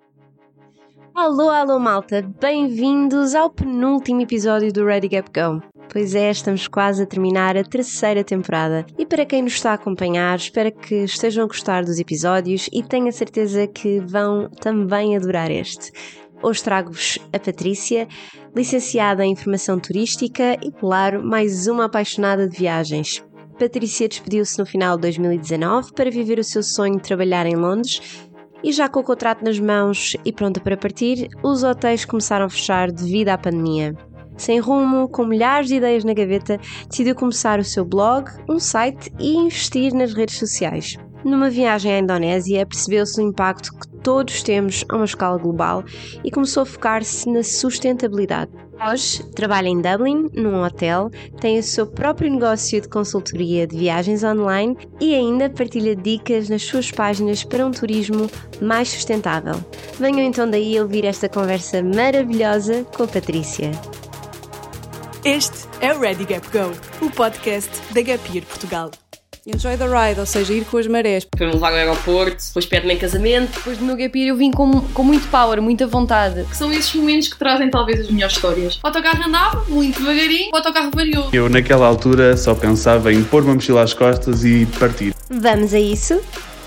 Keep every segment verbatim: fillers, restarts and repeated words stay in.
Alô, alô malta, bem-vindos ao penúltimo episódio do Ready Gap Go. Pois é, estamos quase a terminar a terceira temporada e para quem nos está a acompanhar, espero que estejam a gostar dos episódios e tenho a certeza que vão também adorar este. Hoje trago-vos a Patrícia, licenciada em Informação Turística e, claro, mais uma apaixonada de viagens. Patrícia despediu-se no final de dois mil e dezanove para viver o seu sonho de trabalhar em Londres. E já com o contrato nas mãos e pronta para partir, os hotéis começaram a fechar devido à pandemia. Sem rumo, com milhares de ideias na gaveta, decidiu começar o seu blog, um site e investir nas redes sociais. Numa viagem à Indonésia, percebeu-se o impacto que todos temos a uma escala global e começou a focar-se na sustentabilidade. Hoje, trabalha em Dublin, num hotel, tem o seu próprio negócio de consultoria de viagens online e ainda partilha dicas nas suas páginas para um turismo mais sustentável. Venham então daí ouvir esta conversa maravilhosa com a Patrícia. Este é o Ready Gap Go, o podcast da Gap Year Portugal. Enjoy the ride, ou seja, ir com as marés. Foi-me levar ao aeroporto, depois pede-me em casamento. Depois do meu Gap Year eu vim com, com muito power, muita vontade. Que são esses momentos que trazem talvez as melhores histórias. O autocarro andava muito devagarinho, o autocarro variou. Eu naquela altura só pensava em pôr uma mochila às costas e partir. Vamos a isso?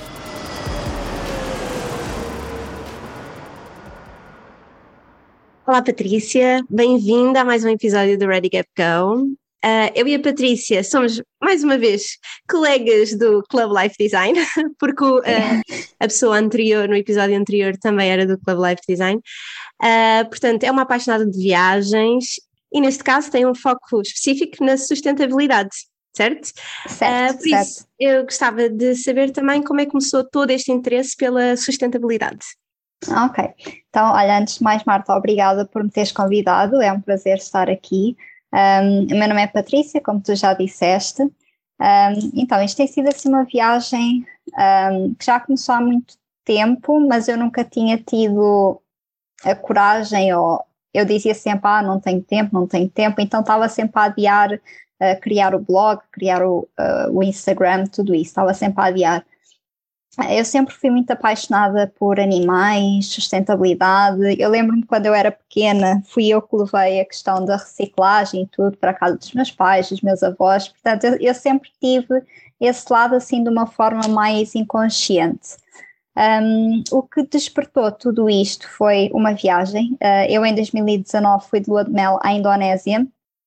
Olá Patrícia, bem-vinda a mais um episódio do Ready Gap Go. Uh, eu e a Patrícia somos, mais uma vez, colegas do Club Life Design, porque uh, a pessoa anterior, no episódio anterior, também era do Club Life Design. Uh, portanto, é uma apaixonada de viagens e, neste caso, tem um foco específico na sustentabilidade, certo? Certo, uh, por certo. isso, eu gostava de saber também como é que começou todo este interesse pela sustentabilidade. Ok, então, olha, antes de mais, Marta, obrigada por me teres convidado, é um prazer estar aqui. Um, o meu nome é Patrícia, como tu já disseste. Um, então, isto tem sido assim uma viagem um, que já começou há muito tempo, mas eu nunca tinha tido a coragem, ou eu dizia sempre, ah, não tenho tempo, não tenho tempo, então estava sempre a adiar uh, criar o blog, criar o, uh, o Instagram, tudo isso, estava sempre a adiar. Eu sempre fui muito apaixonada por animais, sustentabilidade. Eu lembro-me quando eu era pequena, fui eu que levei a questão da reciclagem e tudo para a casa dos meus pais, dos meus avós. Portanto, eu, eu sempre tive esse lado assim de uma forma mais inconsciente. Um, o que despertou tudo isto foi uma viagem. Uh, eu em dois mil e dezanove fui de lua de mel à Indonésia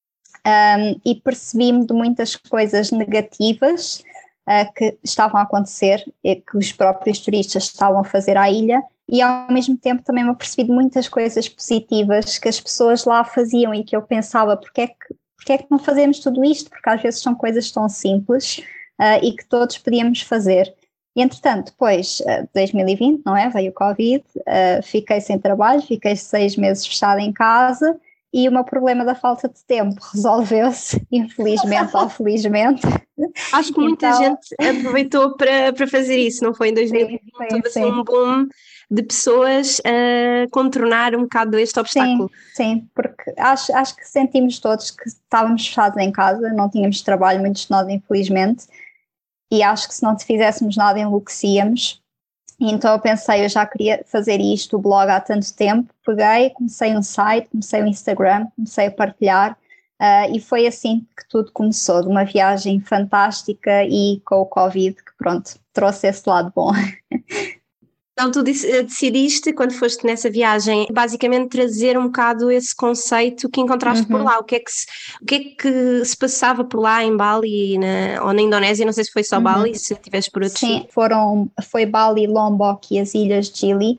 um, e percebi-me de muitas coisas negativas Uh, que estavam a acontecer e que os próprios turistas estavam a fazer à ilha, e ao mesmo tempo também me apercebi de muitas coisas positivas que as pessoas lá faziam e que eu pensava, porque é que, porque é que não fazemos tudo isto? Porque às vezes são coisas tão simples uh, e que todos podíamos fazer. E entretanto, depois, uh, dois mil e vinte, não é? Veio o Covid, uh, fiquei sem trabalho, fiquei seis meses fechada em casa. E o meu problema da falta de tempo resolveu-se, infelizmente ou felizmente. Acho que muita então, gente aproveitou para, para fazer isso, não foi? Em dois mil e vinte houve assim um boom de pessoas a contornar um bocado este obstáculo. Sim, sim, porque acho, acho que sentimos todos que estávamos fechados em casa, não tínhamos trabalho, muitos de nós infelizmente, e acho que se não fizéssemos nada enlouquecíamos. Então eu pensei, eu já queria fazer isto, o blog há tanto tempo, peguei, comecei um site, comecei um Instagram, comecei a partilhar uh, e foi assim que tudo começou, de uma viagem fantástica e com o Covid que pronto, trouxe esse lado bom. Então tu decidiste, quando foste nessa viagem, basicamente trazer um bocado esse conceito que encontraste uhum. por lá. O que, é que se, o que é que se passava por lá em Bali na, ou na Indonésia? Não sei se foi só uhum. Bali, se tivesse por outros. Sim, foram, foi Bali, Lombok e as ilhas de Gili.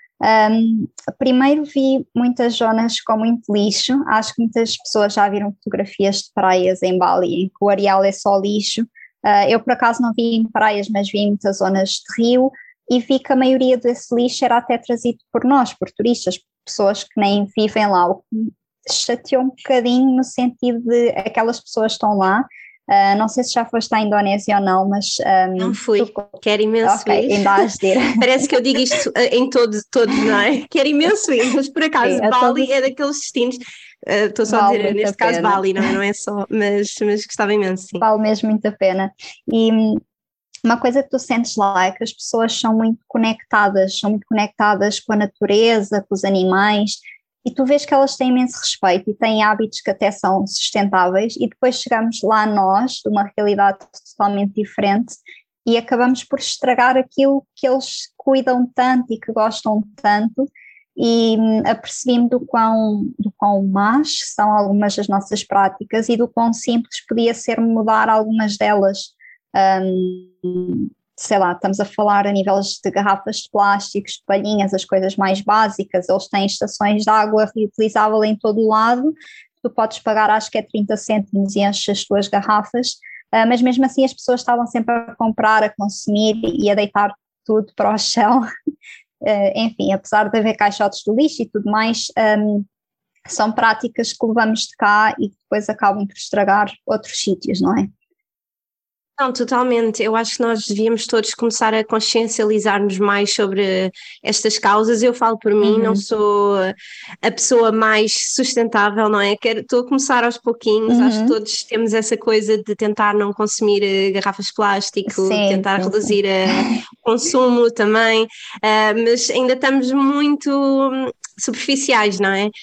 Um, primeiro vi muitas zonas com muito lixo. Acho que muitas pessoas já viram fotografias de praias em Bali em que o areal é só lixo. Uh, eu por acaso não vi em praias, mas vi em muitas zonas de rio. E vi que a maioria desse lixo era até trazido por nós, por turistas, pessoas que nem vivem lá, o que me chateou um bocadinho no sentido de aquelas pessoas estão lá, uh, não sei se já foste à Indonésia ou não, mas... Um, não fui, tu... quero imenso okay, ir. Ainda has de ir. Parece que eu digo isto em todos, todos, não é? Quero imenso ir, mas por acaso Sim, Bali todos... é daqueles destinos, estou uh, só vale a dizer, neste a caso Bali, não, não é só, mas, mas gostava imenso, sim. Vale mesmo muito a pena. E... uma coisa que tu sentes lá é que as pessoas são muito conectadas, são muito conectadas com a natureza, com os animais, e tu vês que elas têm imenso respeito e têm hábitos que até são sustentáveis, e depois chegamos lá nós, de uma realidade totalmente diferente, e acabamos por estragar aquilo que eles cuidam tanto e que gostam tanto, e hum, apercebi-me do quão, do quão más são algumas das nossas práticas e do quão simples podia ser mudar algumas delas. Um, sei lá, estamos a falar a níveis de garrafas de plásticos, de palhinhas, as coisas mais básicas. Eles têm estações de água reutilizável em todo o lado, tu podes pagar, acho que é trinta cêntimos, e enches as tuas garrafas, uh, mas mesmo assim as pessoas estavam sempre a comprar, a consumir e a deitar tudo para o chão. Uh, enfim, apesar de haver caixotes do lixo e tudo mais, um, são práticas que levamos de cá e que depois acabam por estragar outros sítios, não é? Não, totalmente. Eu acho que nós devíamos todos começar a consciencializar-nos mais sobre estas causas. Eu falo por mim, Uhum. não sou a pessoa mais sustentável, não é? Quero, estou a começar aos pouquinhos. Uhum. Acho que todos temos essa coisa de tentar não consumir uh, garrafas de plástico, Sim, tentar sim, reduzir o consumo também, uh, mas ainda estamos muito hum, superficiais, não é?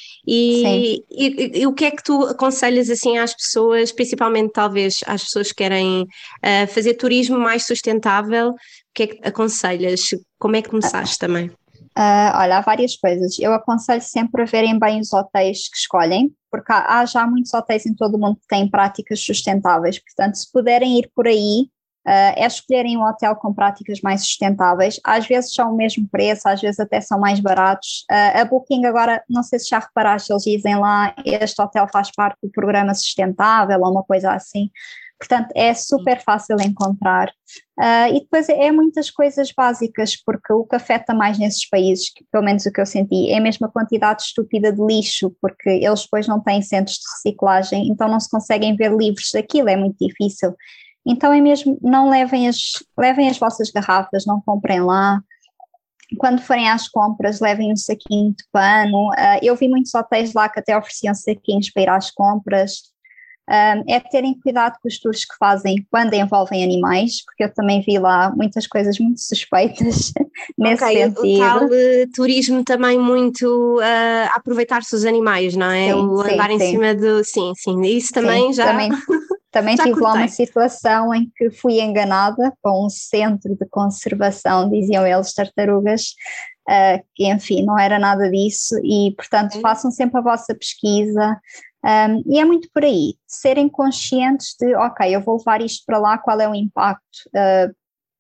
E, e, e o que é que tu aconselhas assim às pessoas, principalmente talvez às pessoas que querem uh, fazer turismo mais sustentável? O que é que aconselhas? Como é que começaste também? Uh, olha, há várias coisas. Eu aconselho sempre a verem bem os hotéis que escolhem, porque há, há já muitos hotéis em todo o mundo que têm práticas sustentáveis, portanto, se puderem ir por aí, uh, é escolherem um hotel com práticas mais sustentáveis. Às vezes são o mesmo preço, às vezes até são mais baratos. Uh, a Booking agora, não sei se já reparaste, eles dizem lá, este hotel faz parte do programa sustentável ou uma coisa assim. Portanto, é super fácil encontrar. Uh, e depois é, é muitas coisas básicas, porque o que afeta mais nesses países, que, pelo menos o que eu senti, é mesmo a quantidade estúpida de lixo, porque eles depois não têm centros de reciclagem, então não se conseguem ver livres daquilo, é muito difícil. Então é mesmo, não levem as, levem as vossas garrafas, não comprem lá. Quando forem às compras, levem um saquinho de pano. Uh, eu vi muitos hotéis lá que até ofereciam saquinhos para ir às compras. Um, é terem cuidado com os tours que fazem quando envolvem animais, porque eu também vi lá muitas coisas muito suspeitas nesse okay, sentido. O tal uh, turismo também muito uh, a aproveitar-se dos animais, não é? Sim, o sim, andar sim. em cima do... Sim, sim, isso também sim, já... Também, também já tive cortei. lá uma situação em que fui enganada com um centro de conservação, diziam eles, tartarugas, uh, que enfim, não era nada disso e, portanto, Sim. façam sempre a vossa pesquisa. Um, e é muito por aí, serem conscientes de, ok, eu vou levar isto para lá, qual é o impacto? Uh,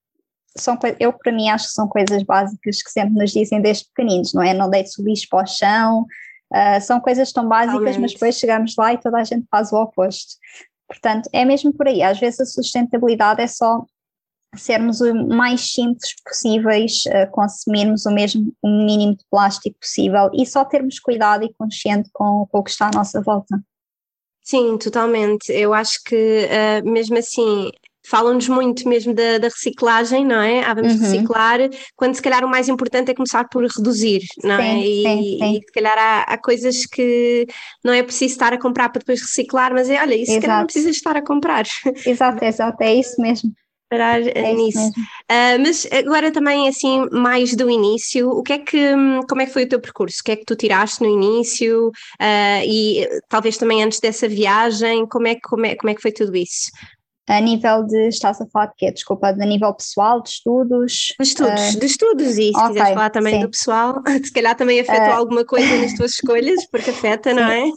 são, eu, para mim, acho que são coisas básicas que sempre nos dizem desde pequeninos, não é? Não deites o lixo para o chão, uh, são coisas tão básicas, Totalmente. Mas depois chegamos lá e toda a gente faz o oposto. Portanto, é mesmo por aí, às vezes a sustentabilidade é só sermos o mais simples possíveis, uh, consumirmos o mesmo, o mínimo de plástico possível e só termos cuidado e consciente com, com o que está à nossa volta. Sim, totalmente. Eu acho que uh, mesmo assim falam-nos muito mesmo da, da reciclagem, não é? Ah, vamos Uhum. reciclar, quando se calhar o mais importante é começar por reduzir, não sim, é? E, sim, sim. e se calhar há, há coisas que não é preciso estar a comprar para depois reciclar, mas é, olha, isso se calhar não precisas estar a comprar. Exato, exato, é isso mesmo. Parar É nisso. Uh, mas agora também assim mais do início, o que é que, como é que foi o teu percurso? O que é que tu tiraste no início uh, e talvez também antes dessa viagem, como é, que, como, é, como é que foi tudo isso? A nível de, estás a falar de quê? Desculpa, de nível pessoal, de estudos? De estudos, uh, de estudos e se okay, quiseres falar também sim. do pessoal, se calhar também afetou uh, alguma coisa nas tuas escolhas, porque afeta, sim. não é?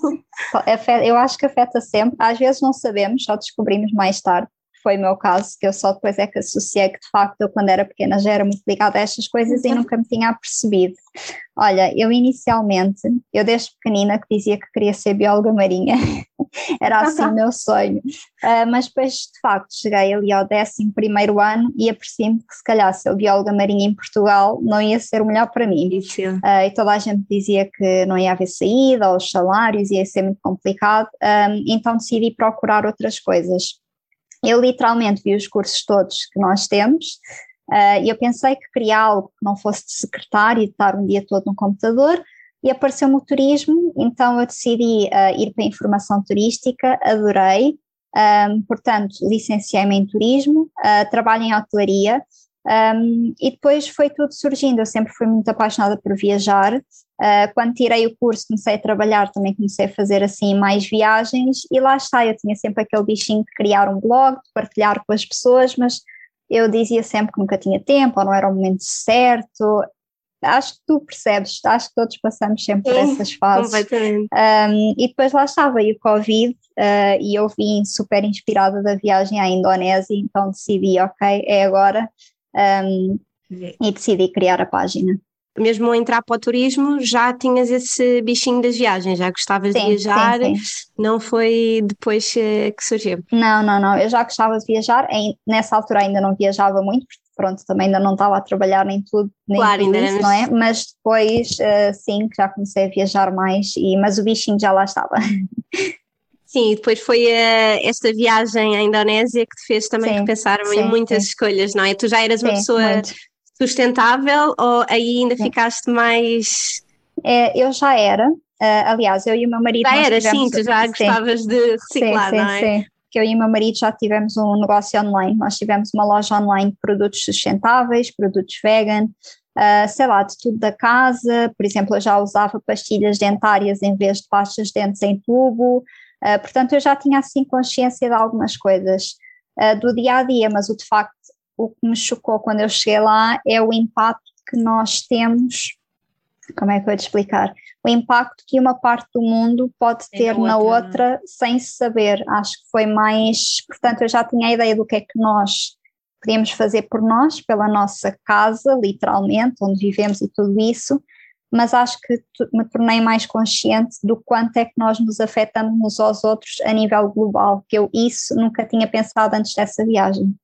Eu acho que afeta sempre, às vezes não sabemos, só descobrimos mais tarde. Foi o meu caso, que eu só depois é que associei que de facto eu quando era pequena já era muito ligada a estas coisas e nunca me tinha apercebido. Olha, eu inicialmente, eu desde pequenina que dizia que queria ser bióloga marinha, era assim o meu sonho, uh, mas depois de facto cheguei ali ao décimo primeiro ano e apercebi-me que se calhar ser bióloga marinha em Portugal não ia ser o melhor para mim. Uh, e toda a gente dizia que não ia haver saída, ou os salários ia ser muito complicado, um, então decidi procurar outras coisas. Eu literalmente vi os cursos todos que nós temos uh, e eu pensei que queria algo que não fosse de secretário e de estar um dia todo no computador e apareceu-me o turismo, então eu decidi uh, ir para a informação turística, adorei, um, portanto, licenciei-me em turismo, uh, trabalho em hotelaria, um, e depois foi tudo surgindo. Eu sempre fui muito apaixonada por viajar. Uh, quando tirei o curso, comecei a trabalhar, também comecei a fazer assim mais viagens, e lá está, eu tinha sempre aquele bichinho de criar um blog, de partilhar com as pessoas, mas eu dizia sempre que nunca tinha tempo, ou não era o momento certo. Acho que tu percebes, acho que todos passamos sempre por essas fases. Completamente. Um, e depois lá estava aí o Covid, uh, e eu vim super inspirada da viagem à Indonésia, então decidi, ok, é agora, um, e decidi criar a página. Mesmo ao entrar para o turismo, já tinhas esse bichinho das viagens, já gostavas Sim, de viajar, sim, sim. não foi depois eh, que surgiu? Não, não, não, eu já gostava de viajar, em, nessa altura ainda não viajava muito, porque pronto, também ainda não estava a trabalhar nem tudo, nem Claro, tudo ainda isso, éramos- não é? Mas depois, uh, sim, que já comecei a viajar mais, e, mas o bichinho já lá estava. Sim, e depois foi eh, esta viagem à Indonésia que te fez também Sim, repensar em sim, muitas sim. escolhas, não é? Tu já eras uma Sim, pessoa muito. sustentável ou aí ainda Sim. ficaste mais... É, eu já era, uh, aliás, eu e o meu marido Já nós era, tivemos... sim, tu já sim, gostavas de reciclar, sim, não sim, é? sim, que eu e o meu marido já tivemos um negócio online, nós tivemos uma loja online de produtos sustentáveis, produtos vegan, uh, sei lá, de tudo da casa. Por exemplo, eu já usava pastilhas dentárias em vez de pastas de dentes em tubo, uh, portanto eu já tinha assim consciência de algumas coisas uh, do dia a dia, mas o de facto, o que me chocou quando eu cheguei lá é o impacto que nós temos. Como é que eu vou te explicar? O impacto que uma parte do mundo pode Tem ter na na outra, outra sem se saber. Acho que foi mais... Portanto, eu já tinha a ideia do que é que nós podíamos fazer por nós, pela nossa casa, literalmente, onde vivemos e tudo isso, mas acho que me tornei mais consciente do quanto é que nós nos afetamos uns aos outros a nível global, que eu isso nunca tinha pensado antes dessa viagem.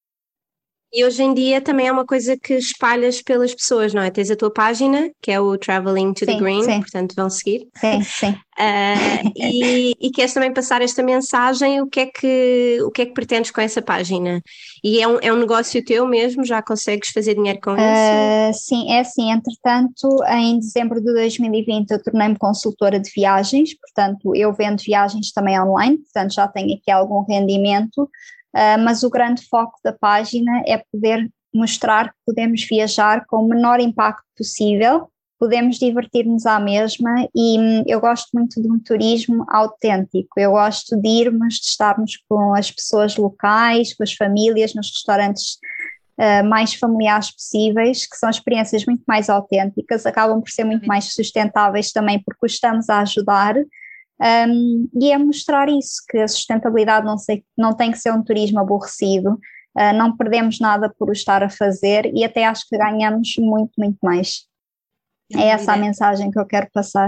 E hoje em dia também é uma coisa que espalhas pelas pessoas, não é? Tens a tua página, que é o Traveling to the Sim, Green, sim. portanto vão seguir. Sim, sim. Uh, e, e queres também passar esta mensagem, o que é que, o que é que pretendes com essa página? E é um, é um negócio teu mesmo? Já consegues fazer dinheiro com isso? Uh, sim, é assim, entretanto, em dezembro de dois mil e vinte eu tornei-me consultora de viagens, portanto eu vendo viagens também online, portanto já tenho aqui algum rendimento, uh, mas o grande foco da página é poder mostrar que podemos viajar com o menor impacto possível, podemos divertir-nos à mesma, e hum, eu gosto muito de um turismo autêntico. Eu gosto de irmos, de estarmos com as pessoas locais, com as famílias, nos restaurantes uh, mais familiares possíveis, que são experiências muito mais autênticas, acabam por ser muito mais sustentáveis também, porque os estamos a ajudar, um, e é mostrar isso, que a sustentabilidade não, sei, não tem que ser um turismo aborrecido, uh, não perdemos nada por o estar a fazer, e até acho que ganhamos muito, muito mais. É essa a mensagem que eu quero passar.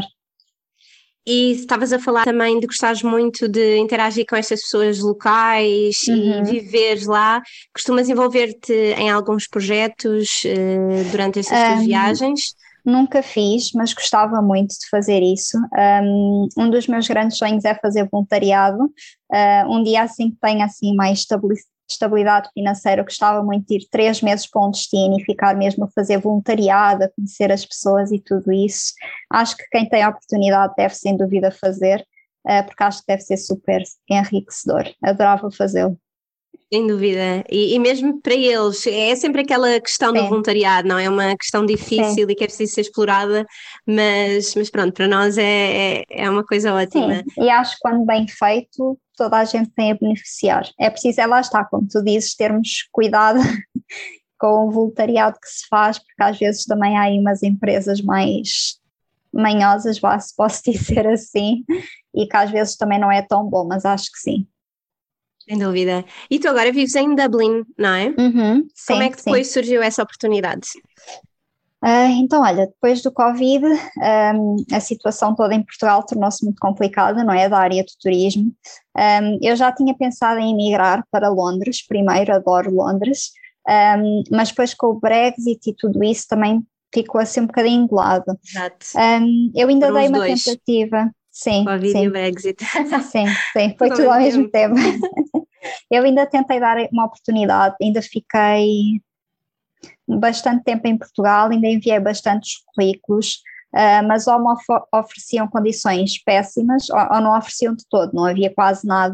E estavas a falar também de gostares muito de interagir com estas pessoas locais Uhum. e viveres lá. Costumas envolver-te em alguns projetos uh, durante estas tuas Um, viagens? Nunca fiz, mas gostava muito de fazer isso. Um, um dos meus grandes sonhos é fazer voluntariado. Uh, um dia assim que tenha assim mais estabilidade estabilidade financeira, eu gostava muito de ir três meses para um destino e ficar mesmo a fazer voluntariado, a conhecer as pessoas e tudo isso. Acho que quem tem a oportunidade deve sem dúvida fazer, porque acho que deve ser super enriquecedor. Adorava fazê-lo. Sem dúvida, e, e mesmo para eles, é sempre aquela questão Sim. do voluntariado, não é? uma questão difícil. Sim. E que é preciso ser explorada, mas, mas pronto, para nós é, é, é uma coisa ótima. Sim, e acho que quando bem feito, toda a gente tem a beneficiar. É preciso, é lá está, como tu dizes, termos cuidado com o voluntariado que se faz, porque às vezes também há aí umas empresas mais manhosas, se posso dizer assim, e que às vezes também não é tão bom, mas acho que sim. Sem dúvida. E tu agora vives em Dublin, não é? Uhum, sim, como é que depois sim. surgiu essa oportunidade? Uh, então, olha, depois do Covid, um, a situação toda em Portugal tornou-se muito complicada, não é? Da área do turismo. Um, eu já tinha pensado em emigrar para Londres, primeiro, adoro Londres, um, mas depois com o Brexit e tudo isso também ficou assim um bocadinho de lado. Exato. Um, eu ainda Foram dei os uma dois. tentativa. Sim, Covid sim. e o Brexit. Sim, sim, foi tudo, tudo ao mesmo tempo. tempo. Eu ainda tentei dar uma oportunidade, ainda fiquei bastante tempo em Portugal, ainda enviei bastantes currículos, uh, mas ou me of- ofereciam condições péssimas ou, ou não ofereciam de todo, não havia quase nada,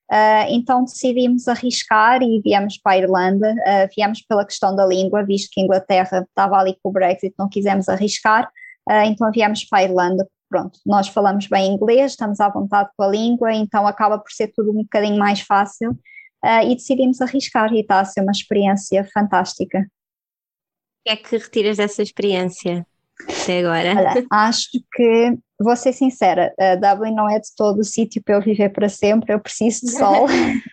Uh, então decidimos arriscar e viemos para a Irlanda, uh, viemos pela questão da língua, visto que a Inglaterra estava ali com o Brexit, não quisemos arriscar, uh, então viemos para a Irlanda. Pronto, nós falamos bem inglês, estamos à vontade com a língua, então acaba por ser tudo um bocadinho mais fácil, uh, e decidimos arriscar e está a ser uma experiência fantástica. O que é que retiras dessa experiência até agora? Olha, acho que, vou ser sincera, uh, Dublin não é de todo o sítio para eu viver para sempre, eu preciso de sol,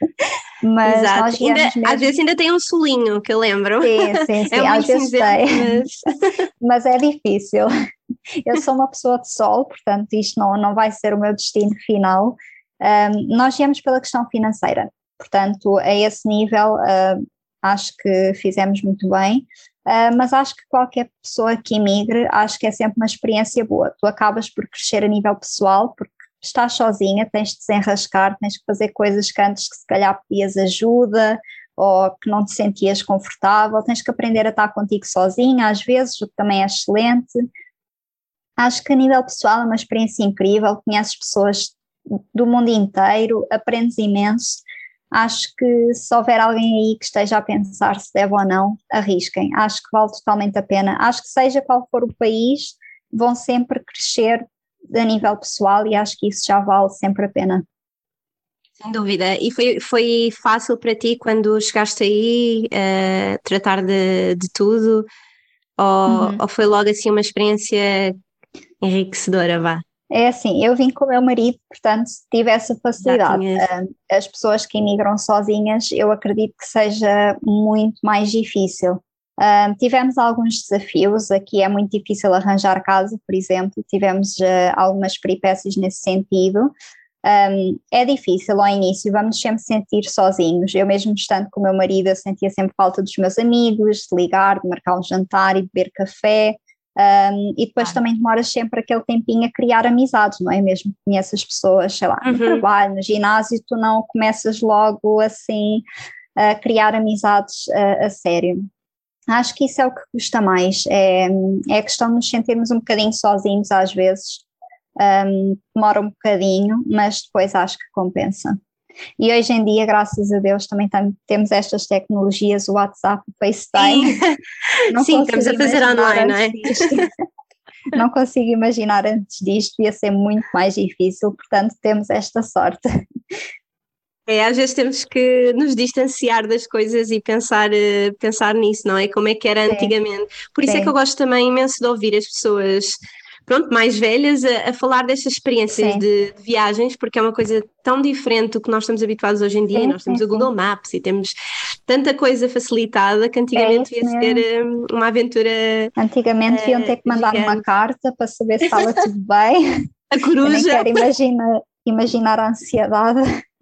mas Exato. nós viemos Ainda, mesmo... Às vezes ainda tem um solinho, que eu lembro. Sim, sim, sim, É às muito vezes cinzento, tem, mas... mas é difícil. Eu sou uma pessoa de sol, portanto isto não, não vai ser o meu destino final. Um, nós viemos pela questão financeira, portanto a esse nível uh, acho que fizemos muito bem, uh, mas acho que qualquer pessoa que emigre, acho que é sempre uma experiência boa. Tu acabas por crescer a nível pessoal, porque estás sozinha, tens de desenrascar, tens que fazer coisas que antes que se calhar pedias ajuda ou que não te sentias confortável, tens que aprender a estar contigo sozinha às vezes, o que também é excelente. Acho que a nível pessoal é uma experiência incrível, conheces pessoas do mundo inteiro, aprendes imenso. Acho que se houver alguém aí que esteja a pensar se deve ou não, arrisquem, acho que vale totalmente a pena. Acho que seja qual for o país, vão sempre crescer a nível pessoal e acho que isso já vale sempre a pena. Sem dúvida. E foi, foi fácil para ti quando chegaste aí uh, tratar de, de tudo? Ou, Uhum. ou foi logo assim uma experiência enriquecedora, vá? É assim, eu vim com o meu marido, portanto tive essa facilidade. As pessoas que imigram sozinhas, eu acredito que seja muito mais difícil. Uh, tivemos alguns desafios, aqui é muito difícil arranjar casa, por exemplo, tivemos uh, algumas peripécias nesse sentido. Um, é difícil ao início, vamos sempre sentir sozinhos. Eu mesmo estando com o meu marido, eu sentia sempre falta dos meus amigos, de ligar, de marcar um jantar e beber café. Um, e depois ah. também demoras sempre aquele tempinho a criar amizades, não é? Mesmo que conheças pessoas, sei lá, no uhum. trabalho, no ginásio, tu não começas logo assim a criar amizades a, a sério. Acho que isso é o que custa mais, é, é a questão de nos sentirmos um bocadinho sozinhos às vezes, um, demora um bocadinho, mas depois acho que compensa. E hoje em dia, graças a Deus, também tam, temos estas tecnologias, o WhatsApp, o FaceTime. Não Sim, estamos a fazer online, não é? Não consigo imaginar antes disto, ia ser muito mais difícil, portanto temos esta sorte. É, às vezes temos que nos distanciar das coisas e pensar, uh, pensar nisso, não é? Como é que era Sim. antigamente. Por isso Sim. é que eu gosto também imenso de ouvir as pessoas, pronto, mais velhas a, a falar destas experiências de, de viagens, porque é uma coisa tão diferente do que nós estamos habituados hoje em dia. Sim, nós temos sim, o Google sim. Maps e temos tanta coisa facilitada que antigamente é devia ser um, uma aventura. Antigamente deviam uh, ter que mandar gigante. Uma carta para saber se estava tudo bem. A coruja. Eu nem quero imaginar, imaginar a ansiedade.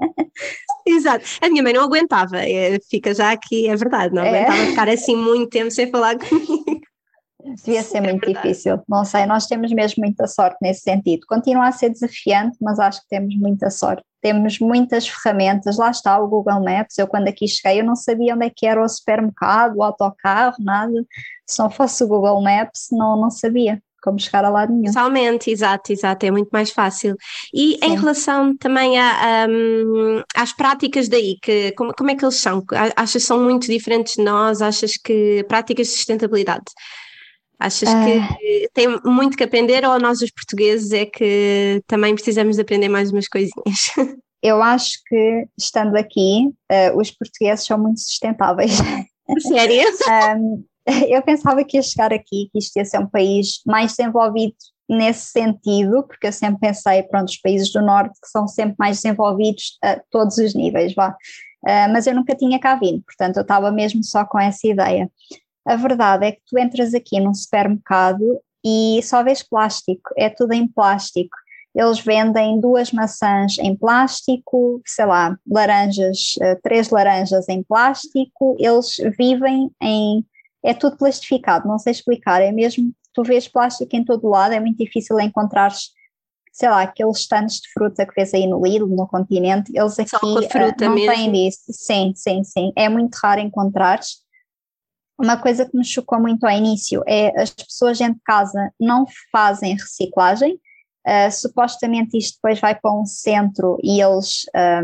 Exato, a minha mãe não aguentava, é, fica já aqui, é verdade, não aguentava é. ficar assim muito tempo sem falar comigo. Devia ser muito é difícil, não sei, nós temos mesmo muita sorte nesse sentido, continua a ser desafiante, mas acho que temos muita sorte, temos muitas ferramentas, lá está o Google Maps, eu quando aqui cheguei eu não sabia onde é que era o supermercado, o autocarro, nada, se não fosse o Google Maps não, não sabia como chegar a lado nenhum. Totalmente, exato, exato, é muito mais fácil. E Sim. em relação também a, um, às práticas daí, que, como, como é que eles são? Achas que são muito diferentes de nós? Achas que práticas de sustentabilidade? Achas uh... que tem muito que aprender ou nós os portugueses é que também precisamos de aprender mais umas coisinhas? Eu acho que estando aqui, uh, os portugueses são muito sustentáveis. Sério? um, Eu pensava que ia chegar aqui, que isto ia ser um país mais desenvolvido nesse sentido, porque eu sempre pensei, pronto, os países do Norte que são sempre mais desenvolvidos a todos os níveis, vá. Uh, mas eu nunca tinha cá vindo, portanto eu estava mesmo só com essa ideia. A verdade é que tu entras aqui num supermercado e só vês plástico, é tudo em plástico. Eles vendem duas maçãs em plástico, sei lá, laranjas, uh, três laranjas em plástico, eles vivem em... É tudo plastificado, não sei explicar, é mesmo, tu vês plástico em todo lado, é muito difícil encontrar, sei lá, aqueles stands de fruta que vês aí no Lidl, no Continente, eles aqui uh, não mesmo. têm disso, sim, sim, sim, é muito raro encontrares. Uma coisa que me chocou muito ao início é as pessoas dentro de casa não fazem reciclagem, uh, supostamente isto depois vai para um centro e eles um,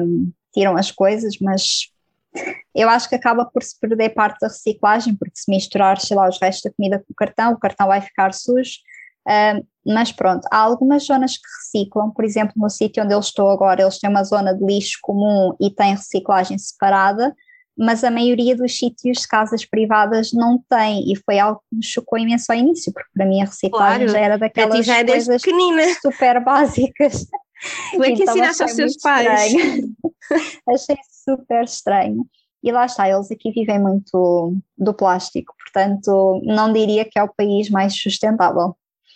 tiram as coisas, mas eu acho que acaba por se perder parte da reciclagem, porque se misturar, sei lá, os restos da comida com o cartão, o cartão vai ficar sujo. Uh, mas pronto, há algumas zonas que reciclam, por exemplo, no sítio onde eu estou agora, eles têm uma zona de lixo comum e têm reciclagem separada, mas a maioria dos sítios de casas privadas não tem, e foi algo que me chocou imenso ao início, porque para mim a reciclagem Claro, já era daquelas já é desde coisas pequenina. super básicas. Tu é que Então, ensinaste aos achei seus muito pais. estranho. Achei super estranho. E lá está, eles aqui vivem muito do plástico, portanto não diria que é o país mais sustentável.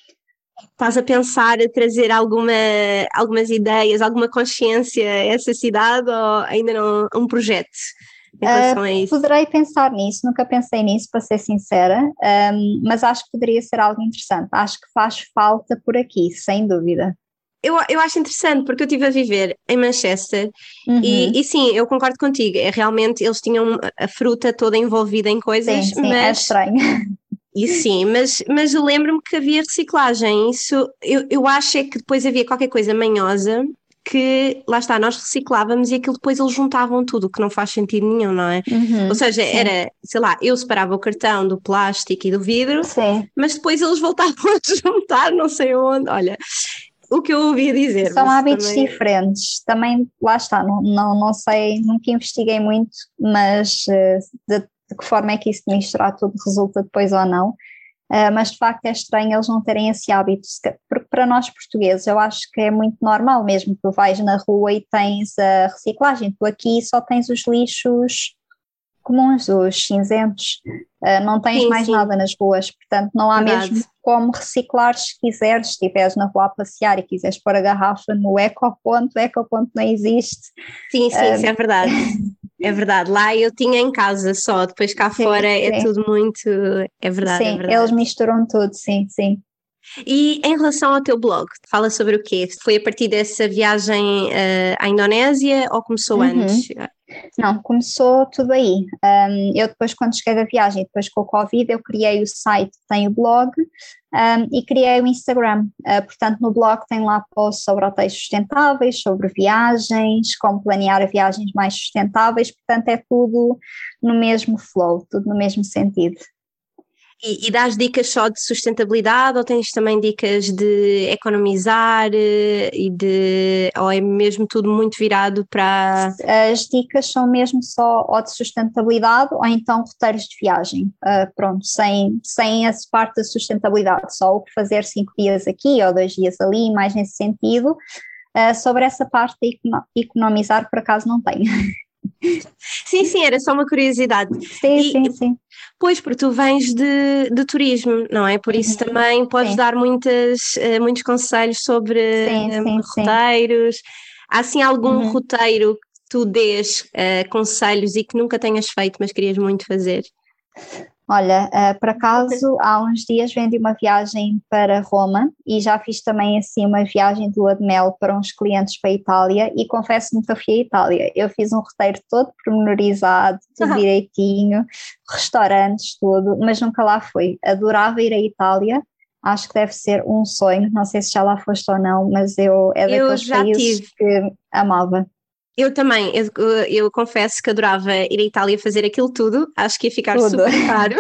Estás a pensar a trazer alguma, algumas ideias, alguma consciência a essa cidade ou ainda não um projeto em relação Uh, a isso? poderei pensar nisso, nunca pensei nisso, para ser sincera, um, mas acho que poderia ser algo interessante. Acho que faz falta por aqui, sem dúvida. Eu, eu acho interessante porque eu estive a viver em Manchester Uhum. e, e sim, eu concordo contigo, é realmente eles tinham a fruta toda envolvida em coisas, Sim, sim, mas... é estranho. E sim, mas, mas eu lembro-me que havia reciclagem, isso eu, eu acho é que depois havia qualquer coisa manhosa que, lá está, nós reciclávamos e aquilo depois eles juntavam tudo, que não faz sentido nenhum, não é? Uhum, Ou seja, sim. era, sei lá, eu separava o cartão do plástico e do vidro, Sim. mas depois eles voltavam a juntar, não sei onde, olha, o que eu ouvi dizer. São mas hábitos também... diferentes, também, lá está, não, não, não sei, nunca investiguei muito, mas uh, de, de que forma é que isso de misturar tudo resulta depois ou não, uh, mas de facto é estranho eles não terem esse hábito, porque para nós portugueses eu acho que é muito normal mesmo, tu vais na rua e tens a reciclagem, tu aqui só tens os lixos comuns, os cinzentos, uh, não tens Sim, mais sim. nada nas ruas, portanto não há Verdade. mesmo como reciclar se quiseres, se estiveres na rua a passear e quiseres pôr a garrafa no ecoponto, o ecoponto não existe. Sim, sim, Um, isso é verdade. É verdade, lá eu tinha em casa só, depois cá Sim, fora é sim. tudo muito, é verdade, é Sim, verdade. eles misturam tudo, sim, sim. E em relação ao teu blog, fala sobre o quê? Foi a partir dessa viagem uh, à Indonésia ou começou Uhum. antes? Não, começou tudo aí. Um, eu depois, quando cheguei da viagem, depois com o Covid, eu criei o site, tenho o blog um, e criei o Instagram. Uh, portanto, no blog tem lá posts sobre hotéis sustentáveis, sobre viagens, como planear viagens mais sustentáveis, portanto é tudo no mesmo flow, tudo no mesmo sentido. E, e dás dicas só de sustentabilidade ou tens também dicas de economizar eh, e de, ou é mesmo tudo muito virado para... As dicas são mesmo só ou de sustentabilidade ou então roteiros de viagem, uh, pronto, sem, sem essa parte da sustentabilidade, só o que fazer cinco dias aqui ou dois dias ali, mais nesse sentido. Uh, sobre essa parte de economizar, por acaso não tenho. Sim, sim, era só uma curiosidade. Sim, E, sim, sim. Pois, porque tu vens de, de turismo, não é? Por isso Uhum, também podes sim. dar muitas, uh, muitos conselhos sobre Sim, uh, sim, sim. roteiros. Há assim algum Uhum. roteiro que tu dês uh, conselhos e que nunca tenhas feito, mas querias muito fazer? Olha, uh, por acaso há uns dias vendi uma viagem para Roma e já fiz também assim uma viagem de lua de mel para uns clientes para a Itália e confesso-me que eu fui à Itália. Eu fiz um roteiro todo pormenorizado, tudo direitinho, restaurantes, tudo, mas nunca lá fui. Adorava ir à Itália, acho que deve ser um sonho, não sei se já lá foste ou não, mas eu é Eu daqueles já países tive. que amava. Eu também, eu, eu confesso que adorava ir à Itália fazer aquilo tudo, acho que ia ficar Tudo. super caro,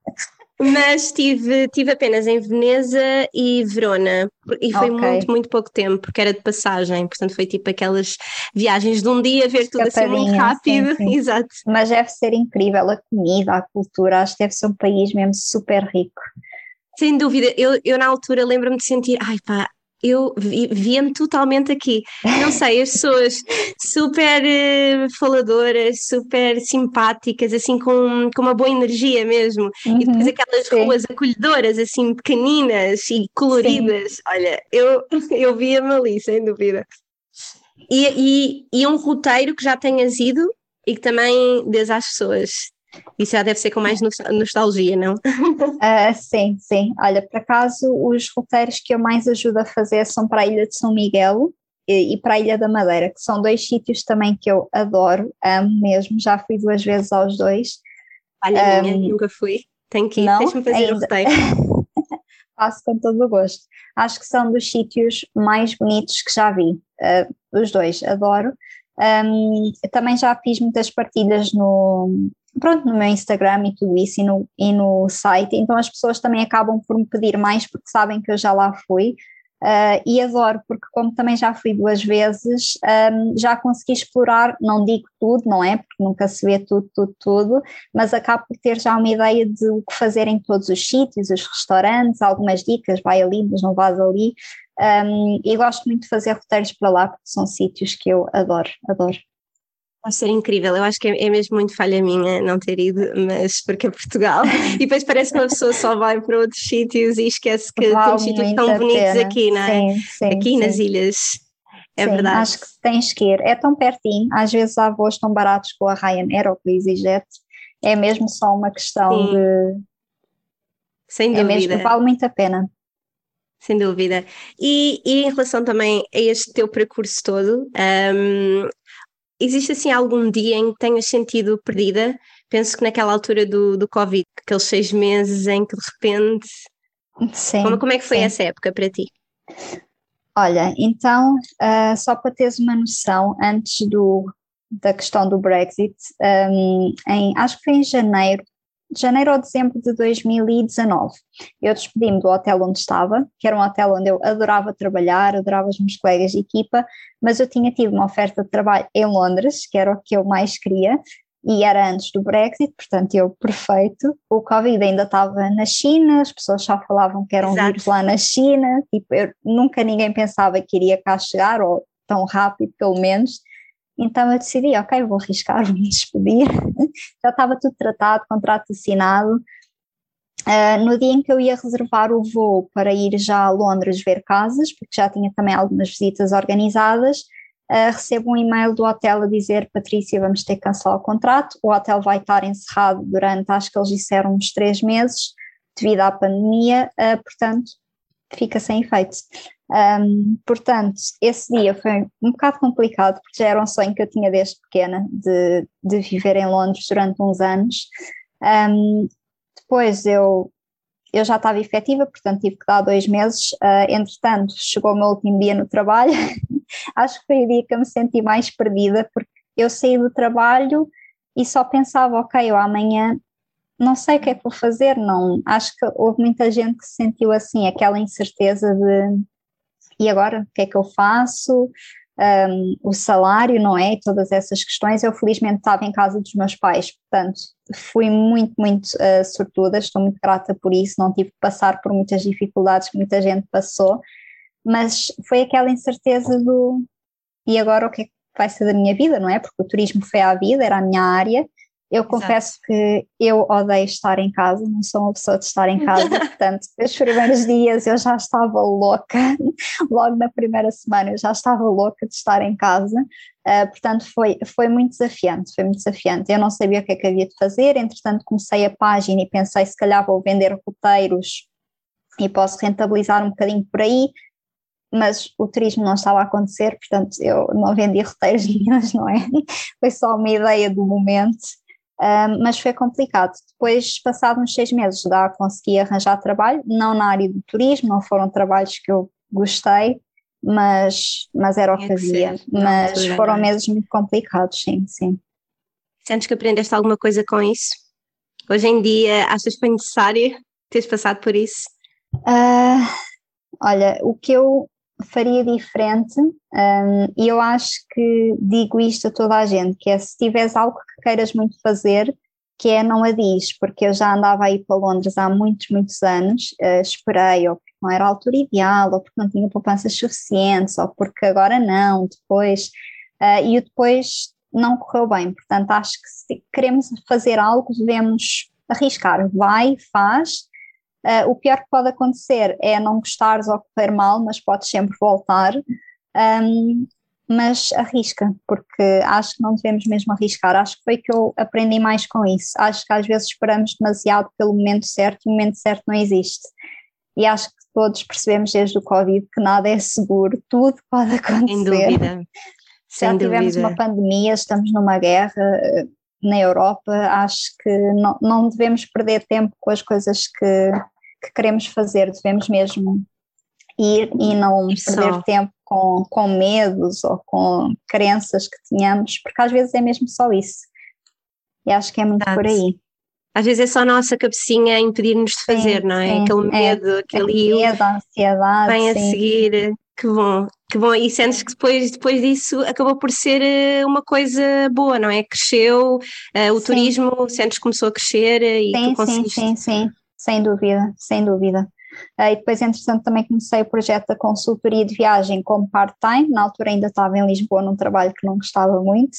mas tive, tive apenas em Veneza e Verona, e foi Ok. muito, muito pouco tempo, porque era de passagem, portanto foi tipo aquelas viagens de um dia, ver tudo assim muito Escapadinha, rápido, sim, sim. exato. Mas deve ser incrível a comida, a cultura, acho que deve ser um país mesmo super rico. Sem dúvida, eu, eu na altura lembro-me de sentir, ai pá, eu vi- via-me totalmente aqui, não sei, as pessoas super eh, faladoras, super simpáticas, assim com, com uma boa energia mesmo, e depois Uhum, aquelas sim, ruas acolhedoras, assim pequeninas e sim. coloridas, olha, eu, eu via-me ali, sem dúvida. E, e, e um roteiro que já tenhas ido e que também dês às pessoas, isso já deve ser com mais nos- nostalgia, não? Ah, sim, sim. Olha, por acaso, os roteiros que eu mais ajudo a fazer são para a Ilha de São Miguel e, e para a Ilha da Madeira, que são dois sítios também que eu adoro, amo mesmo, já fui duas vezes aos dois. Olha, minha, Um, nunca fui. Tenho que ir, não, deixa-me fazer o ainda. roteiro. Faço com todo o gosto. Acho que são dos sítios mais bonitos que já vi, uh, os dois, adoro. Um, também já fiz muitas partilhas no, pronto, no meu Instagram e tudo isso, e no, e no site, então as pessoas também acabam por me pedir mais porque sabem que eu já lá fui. Uh, e adoro, porque como também já fui duas vezes, um, já consegui explorar, não digo tudo, não é? Porque nunca se vê tudo, tudo, tudo, mas acabo por ter já uma ideia de o que fazer em todos os sítios, os restaurantes, algumas dicas, vai ali, mas não vais ali, um, e gosto muito de fazer roteiros para lá, porque são sítios que eu adoro, adoro. Vai ser incrível, eu acho que é, é mesmo muito falha minha não ter ido, mas porque é Portugal, e depois parece que uma pessoa só vai para outros sítios e esquece que Vale temos sítios tão bonitos pena. aqui, não é? Sim, sim, aqui sim. nas ilhas, é sim, verdade. Acho que tens que ir, é tão pertinho, às vezes há voos tão baratos com a Ryanair ou com a EasyJet, é mesmo só uma questão Sim. de... Sem é dúvida. mesmo, vale muito a pena. Sem dúvida. E, e em relação também a este teu percurso todo, um, existe assim algum dia em que tenhas sentido perdida? Penso que naquela altura do, do Covid, aqueles seis meses em que de repente... Sim, como, como é que foi sim. essa época para ti? Olha, então, uh, só para teres uma noção, antes do, da questão do Brexit, um, em, acho que foi em janeiro, janeiro ou dezembro de dois mil e dezanove, eu despedi-me do hotel onde estava, que era um hotel onde eu adorava trabalhar, adorava os meus colegas de equipa, mas eu tinha tido uma oferta de trabalho em Londres, que era o que eu mais queria, e era antes do Brexit, portanto eu, perfeito. O Covid ainda estava na China, as pessoas só falavam que era um Exato. vírus lá na China, tipo, eu, nunca ninguém pensava que iria cá chegar, ou tão rápido pelo menos. Então eu decidi, ok, vou arriscar, vou me despedir. Já estava tudo tratado, contrato assinado. Uh, no dia em que eu ia reservar o voo para ir já a Londres ver casas, porque já tinha também algumas visitas organizadas, uh, recebo um e-mail do hotel a dizer: Patrícia, vamos ter que cancelar o contrato, o hotel vai estar encerrado durante, acho que eles disseram, uns três meses, devido à pandemia, uh, portanto, fica sem efeito. Um, portanto, esse dia foi um bocado complicado, porque já era um sonho que eu tinha desde pequena, de, de viver em Londres durante uns anos. Um, depois eu, eu já estava efetiva, portanto tive que dar dois meses, uh, entretanto chegou o meu último dia no trabalho, acho que foi o dia que eu me senti mais perdida, porque eu saí do trabalho e só pensava, ok, eu amanhã não sei o que é que vou fazer, não, acho que houve muita gente que se sentiu assim, aquela incerteza de e agora, o que é que eu faço, um, o salário, não é, todas essas questões. Eu felizmente estava em casa dos meus pais, portanto fui muito, muito uh, sortuda, estou muito grata por isso, não tive que passar por muitas dificuldades que muita gente passou, mas foi aquela incerteza do e agora o que é que vai ser da minha vida, não é, porque o turismo foi à vida, era a minha área. Eu confesso Exato. Que eu odeio estar em casa, não sou uma pessoa de estar em casa, portanto, os primeiros dias eu já estava louca, logo na primeira semana eu já estava louca de estar em casa, uh, portanto foi, foi muito desafiante, foi muito desafiante, eu não sabia o que é que havia de fazer, entretanto comecei a página e pensei se calhar vou vender roteiros e posso rentabilizar um bocadinho por aí, mas o turismo não estava a acontecer, portanto eu não vendi roteiros nenhums, não é? Foi só uma ideia do momento. Um, mas foi complicado. Depois, passados uns seis meses, já consegui arranjar trabalho, não na área do turismo, não foram trabalhos que eu gostei, mas, mas era o que fazia. Mas altura, foram é? meses muito complicados, sim, sim. Sentes que aprendeste alguma coisa com isso? Hoje em dia, achas que foi necessário teres passado por isso? Uh, olha, o que eu faria diferente, um, e eu acho que digo isto a toda a gente, que é se tiveres algo que queiras muito fazer, que é não adies, porque eu já andava a ir para Londres há muitos, muitos anos, uh, esperei, ou porque não era a altura ideal, ou porque não tinha poupanças suficientes, ou porque agora não, depois, uh, e o depois não correu bem, portanto acho que se queremos fazer algo devemos arriscar, vai, faz. Uh, o pior que pode acontecer é não gostares ou correr mal, mas podes sempre voltar, um, mas arrisca, porque acho que não devemos mesmo arriscar, acho que foi que eu aprendi mais com isso, acho que às vezes esperamos demasiado pelo momento certo e o momento certo não existe, e acho que todos percebemos desde o Covid que nada é seguro, tudo pode acontecer. Sem dúvida. Sem Já tivemos dúvida. uma pandemia, estamos numa guerra na Europa, acho que não, não devemos perder tempo com as coisas que, que queremos fazer, devemos mesmo ir e não Ir perder só. tempo com, com medos ou com crenças que tínhamos, porque às vezes é mesmo só isso. E acho que é muito por aí. Às vezes é só a nossa cabecinha a impedir-nos de fazer, sim, não é? Sim, aquele medo, é, aquele medo, a ansiedade. Vem a sim. seguir, que bom, que bom. E sentes que depois, depois disso acabou por ser uma coisa boa, não é? Cresceu, uh, o sim. turismo, sentes que começou a crescer e sim, tu conseguiste. Sim, sim, sim, sem dúvida, sem dúvida. Uh, e depois, entretanto, também comecei o projeto da consultoria de viagem como part-time. Na altura ainda estava em Lisboa num trabalho que não gostava muito.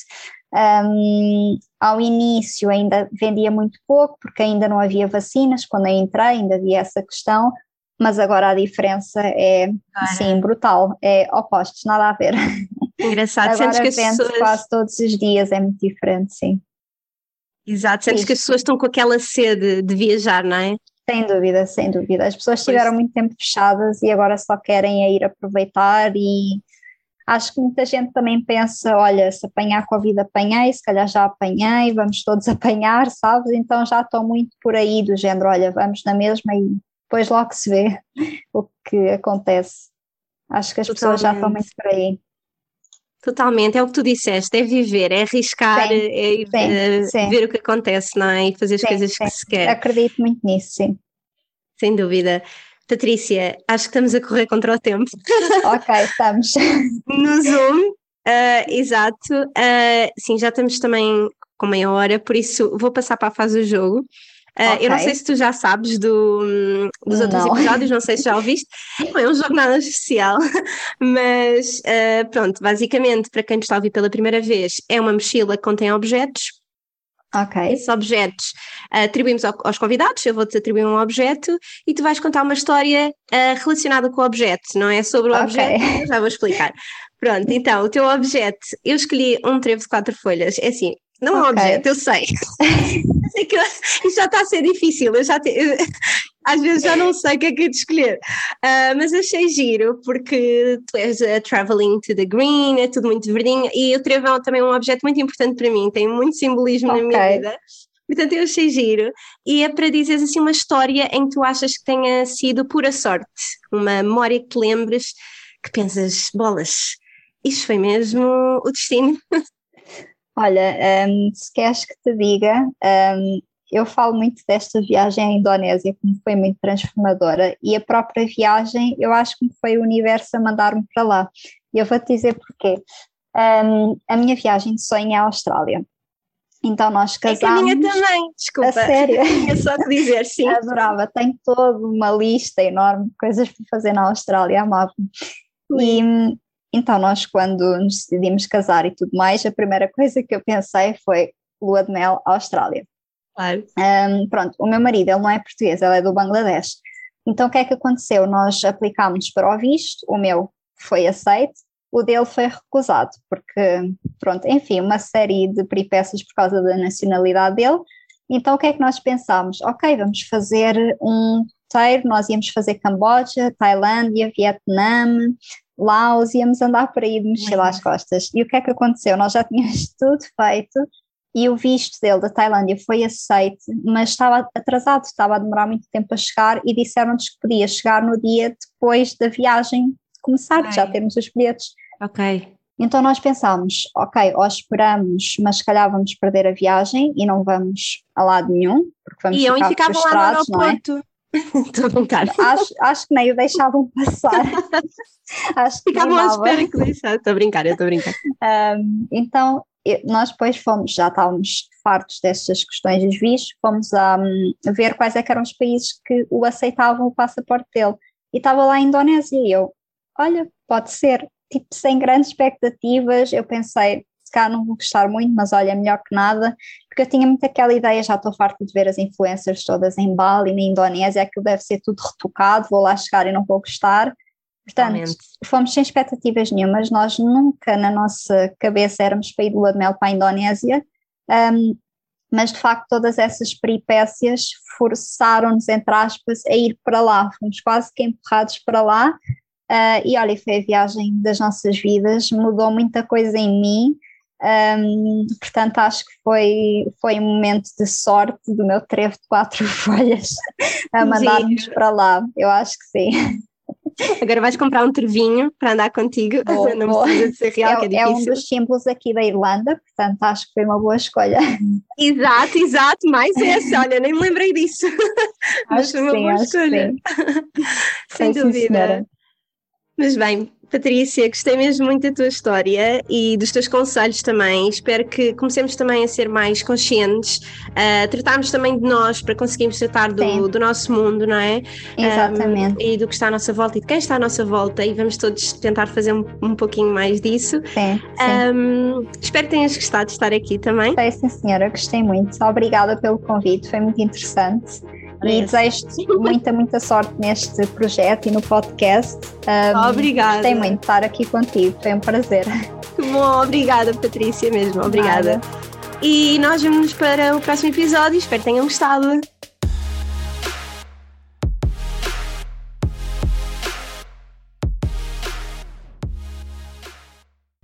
Um, ao início ainda vendia muito pouco, porque ainda não havia vacinas, quando eu entrei ainda havia essa questão, mas agora a diferença é, Cara. sim, brutal, é opostos, nada a ver. Engraçado, agora sentes que as pessoas... quase todos os dias, é muito diferente, sim. Exato, sentes Sim. que as pessoas estão com aquela sede de viajar, não é? Sem dúvida, sem dúvida. As pessoas estiveram muito tempo fechadas e agora só querem é ir aproveitar, e acho que muita gente também pensa, olha, se apanhar Covid apanhei, se calhar já apanhei, vamos todos apanhar, sabes? Então já estou muito por aí do género, olha, vamos na mesma e depois logo se vê o que acontece. Acho que as Totalmente. pessoas já estão muito por aí. Totalmente, é o que tu disseste, é viver, é arriscar, sim, é sim, é sim. ver o que acontece, não é? E fazer as sim, coisas sim. que se quer. Acredito muito nisso, sim. Sem dúvida. Patrícia, acho que estamos a correr contra o tempo. Ok, estamos. No Zoom, uh, exato. Uh, sim, já estamos também com meia hora, por isso vou passar para a fase do jogo. Uh, okay. Eu não sei se tu já sabes do, dos outros não. episódios, não sei se já ouviste. Não é um jogo nada especial, mas uh, pronto, basicamente, para quem nos está a ouvir pela primeira vez, é uma mochila que contém objetos. Ok. Esses objetos uh, atribuímos ao, aos convidados, eu vou-te atribuir um objeto e tu vais contar uma história uh, relacionada com o objeto, não é sobre o okay. objeto, eu já vou explicar. Pronto, então, o teu objeto, eu escolhi um trevo de quatro folhas, é assim, não é um okay. objeto, eu sei. eu sei que eu, isto já está a ser difícil, eu já te, eu, às vezes já não sei o que é que é de escolher, uh, mas achei giro porque tu és a traveling to the green, é tudo muito verdinho e o trevo é também um objeto muito importante para mim, tem muito simbolismo okay. na minha vida, portanto eu achei giro e é para dizeres assim uma história em que tu achas que tenha sido pura sorte, uma memória que te lembres, que pensas, bolas, isto foi mesmo o destino. Olha, um, se queres que te diga, um, eu falo muito desta viagem à Indonésia, que me foi muito transformadora, e a própria viagem, eu acho que foi o universo a mandar-me para lá. E eu vou-te dizer porquê. Um, a minha viagem de sonho é a Austrália. Então nós casámos... É que a minha também, desculpa. A sério? É só te dizer, sim. Adorava, tenho toda uma lista enorme de coisas para fazer na Austrália, amava. E... Então nós, quando nos decidimos casar e tudo mais, a primeira coisa que eu pensei foi lua de mel à Austrália. Claro. Um, pronto, o meu marido, ele não é português, ele é do Bangladesh. Então o que é que aconteceu? Nós aplicámos para o visto, o meu foi aceito, o dele foi recusado, porque, pronto, enfim, uma série de peripécias por causa da nacionalidade dele. Então o que é que nós pensámos? Ok, vamos fazer um roteiro, nós íamos fazer Camboja, Tailândia, Vietnã, Laos, íamos andar por aí de mochila às costas. E o que é que aconteceu? Nós já tínhamos tudo feito e o visto dele da Tailândia foi aceito, mas estava atrasado, estava a demorar muito tempo a chegar e disseram-nos que podia chegar no dia depois da viagem começar, que já temos os bilhetes. Ok. Então nós pensámos, ok, ou esperamos, mas se calhar vamos perder a viagem e não vamos a lado nenhum, porque vamos e ficar frustrados, não é? Estou a brincar. Acho, acho que nem o deixavam passar. Acho que ficavam à espera que deixasse. Estou a brincar, eu estou a brincar. Um, então, nós depois fomos, já estávamos fartos destas questões dos vistos, fomos a, a ver quais é que eram os países que o aceitavam o passaporte dele. E estava lá a Indonésia e eu, olha, pode ser, tipo, sem grandes expectativas, eu pensei, se calhar não vou gostar muito, mas olha, melhor que nada, porque eu tinha muito aquela ideia, já estou farta de ver as influencers todas em Bali, na Indonésia, aquilo deve ser tudo retocado, vou lá chegar e não vou gostar. Portanto, Realmente. fomos sem expectativas nenhumas, nós nunca na nossa cabeça éramos para ir de lua de mel para a Indonésia, um, mas de facto todas essas peripécias forçaram-nos, entre aspas, a ir para lá, fomos quase que empurrados para lá, uh, e olha, foi a viagem das nossas vidas, mudou muita coisa em mim, um, portanto acho que foi, foi um momento de sorte do meu trevo de quatro folhas a mandar-nos para lá, eu acho que sim. Agora vais comprar um trevinho para andar contigo. Boa, não boa. precisa de ser real, É, que é é um difícil. dos símbolos aqui da Irlanda, portanto acho que foi uma boa escolha. Exato, exato, mais essa, olha, nem me lembrei disso. Mas Acho foi que uma sim, boa acho que escolha. sim. Sem Foi, sim, dúvida. senhora. Mas bem, Patrícia, gostei mesmo muito da tua história e dos teus conselhos também. Espero que comecemos também a ser mais conscientes, a tratarmos também de nós para conseguirmos tratar do, Sim. do nosso mundo, não é? Exatamente. Um, e do que está à nossa volta e de quem está à nossa volta, e vamos todos tentar fazer um, um pouquinho mais disso. Sim, sim. Um, espero que tenhas gostado de estar aqui também. Gostei, sim, senhora, gostei muito. Obrigada pelo convite, foi muito interessante. E desejo-te muita, muita sorte neste projeto e no podcast. Um, Obrigada. Gostei muito de estar aqui contigo, foi um prazer. Que bom, obrigada, Patrícia, mesmo, obrigada. Nada. E nós vemos para o próximo episódio, espero que tenham gostado.